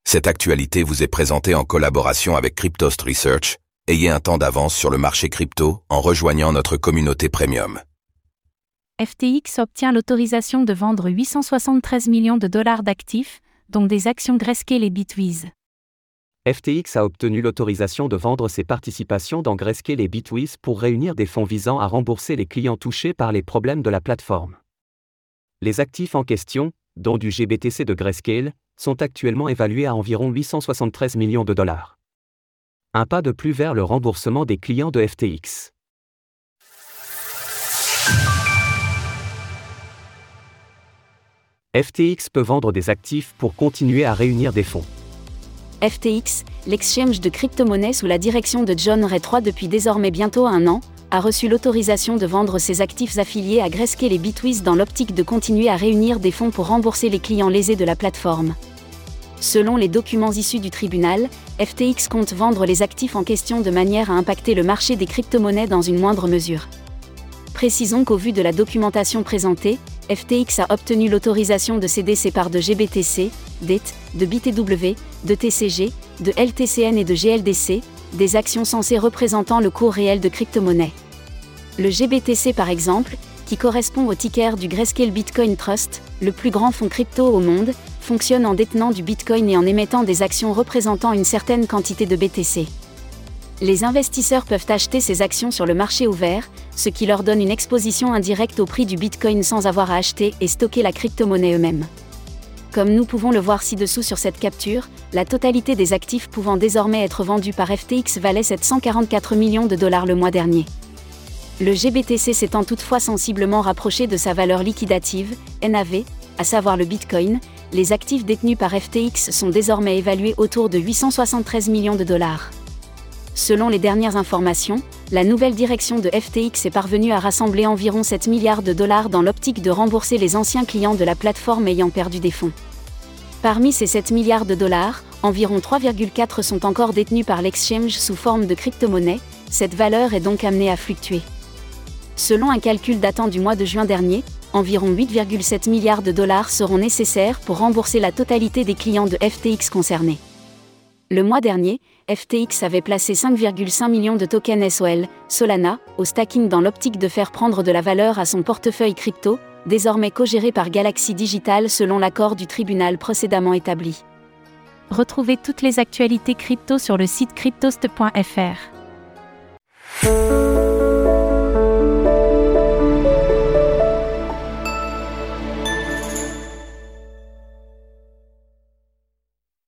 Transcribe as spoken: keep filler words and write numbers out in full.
Cette actualité vous est présentée en collaboration avec Cryptost Research. Ayez un temps d'avance sur le marché crypto en rejoignant notre communauté premium. F T X obtient l'autorisation de vendre huit cent soixante-treize millions de dollars d'actifs, dont des actions Grayscale et Bitwiz. F T X a obtenu l'autorisation de vendre ses participations dans Grayscale et Bitwiz pour réunir des fonds visant à rembourser les clients touchés par les problèmes de la plateforme. Les actifs en question, dont du G B T C de Grayscale, sont actuellement évalués à environ huit cent soixante-treize millions de dollars. Un pas de plus vers le remboursement des clients de F T X. F T X peut vendre des actifs pour continuer à réunir des fonds. F T X, l'exchange de crypto-monnaies sous la direction de John Ray trois depuis désormais bientôt un an, a reçu l'autorisation de vendre ses actifs affiliés à Grayscale et Bitwiz dans l'optique de continuer à réunir des fonds pour rembourser les clients lésés de la plateforme. Selon les documents issus du tribunal, F T X compte vendre les actifs en question de manière à impacter le marché des crypto-monnaies dans une moindre mesure. Précisons qu'au vu de la documentation présentée, F T X a obtenu l'autorisation de céder ses parts de G B T C, D E T, de B T W, de T C G, de L T C N et de G L D C, des actions censées représentant le cours réel de crypto-monnaies. Le G B T C par exemple, qui correspond au ticker du Grayscale Bitcoin Trust, le plus grand fonds crypto au monde, fonctionne en détenant du Bitcoin et en émettant des actions représentant une certaine quantité de B T C. Les investisseurs peuvent acheter ces actions sur le marché ouvert, ce qui leur donne une exposition indirecte au prix du Bitcoin sans avoir à acheter et stocker la crypto-monnaie eux-mêmes. Comme nous pouvons le voir ci-dessous sur cette capture, la totalité des actifs pouvant désormais être vendus par F T X valait sept cent quarante-quatre millions de dollars le mois dernier. Le G B T C s'étant toutefois sensiblement rapproché de sa valeur liquidative, N A V, à savoir le Bitcoin, les actifs détenus par F T X sont désormais évalués autour de huit cent soixante-treize millions de dollars. Selon les dernières informations, la nouvelle direction de F T X est parvenue à rassembler environ sept milliards de dollars dans l'optique de rembourser les anciens clients de la plateforme ayant perdu des fonds. Parmi ces sept milliards de dollars, environ trois virgule quatre sont encore détenus par l'exchange sous forme de crypto-monnaie, cette valeur est donc amenée à fluctuer. Selon un calcul datant du mois de juin dernier, environ huit virgule sept milliards de dollars seront nécessaires pour rembourser la totalité des clients de F T X concernés. Le mois dernier, F T X avait placé cinq virgule cinq millions de tokens S O L, Solana, au stacking dans l'optique de faire prendre de la valeur à son portefeuille crypto, désormais co-géré par Galaxy Digital selon l'accord du tribunal précédemment établi. Retrouvez toutes les actualités crypto sur le site cryptost point f r.